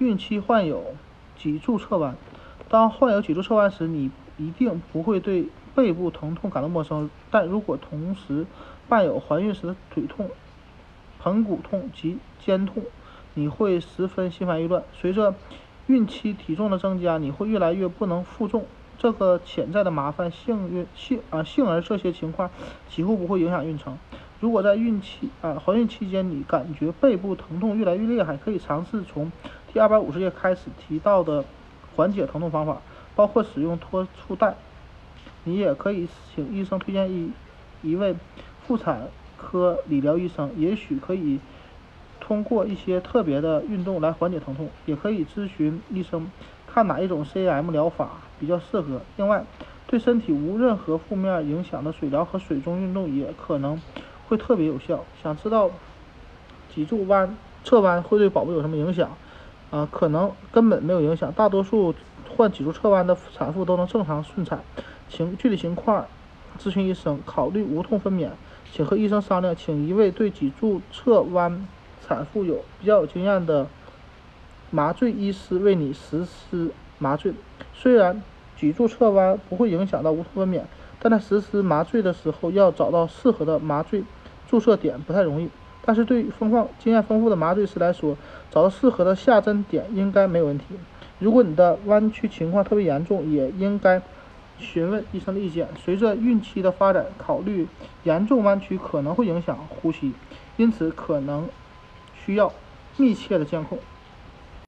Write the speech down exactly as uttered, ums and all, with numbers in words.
孕期患有脊柱侧弯。当患有脊柱侧弯时，你一定不会对背部疼痛感到陌生，但如果同时伴有怀孕时的腿痛、盆骨痛及肩痛，你会十分心烦意乱。随着孕期体重的增加，你会越来越不能负重，这个潜在的麻烦幸运幸啊幸而这些情况几乎不会影响孕程。如果在孕期啊怀孕期间你感觉背部疼痛越来越厉害，可以尝试从第二百五十页开始提到的缓解疼痛方法，包括使用托促带。你也可以请医生推荐一一位妇产科理疗医生，也许可以通过一些特别的运动来缓解疼痛，也可以咨询医生看哪一种 C A M 疗法比较适合。另外，对身体无任何负面影响的水疗和水中运动也可能会特别有效。想知道脊柱弯侧弯会对宝宝有什么影响？啊，可能根本没有影响，大多数患脊柱侧弯的产妇都能正常顺产。情具体情况咨询医生，考虑无痛分娩，请和医生商量，请一位对脊柱侧弯产妇有比较有经验的麻醉医师为你实施麻醉。虽然脊柱侧弯不会影响到无痛分娩，但在实施麻醉的时候要找到适合的麻醉注射点不太容易。但是对丰富经验丰富的麻醉师来说，找到适合的下针点应该没有问题。如果你的弯曲情况特别严重，也应该询问医生的意见。随着孕期的发展，考虑严重弯曲可能会影响呼吸，因此可能需要密切的监控。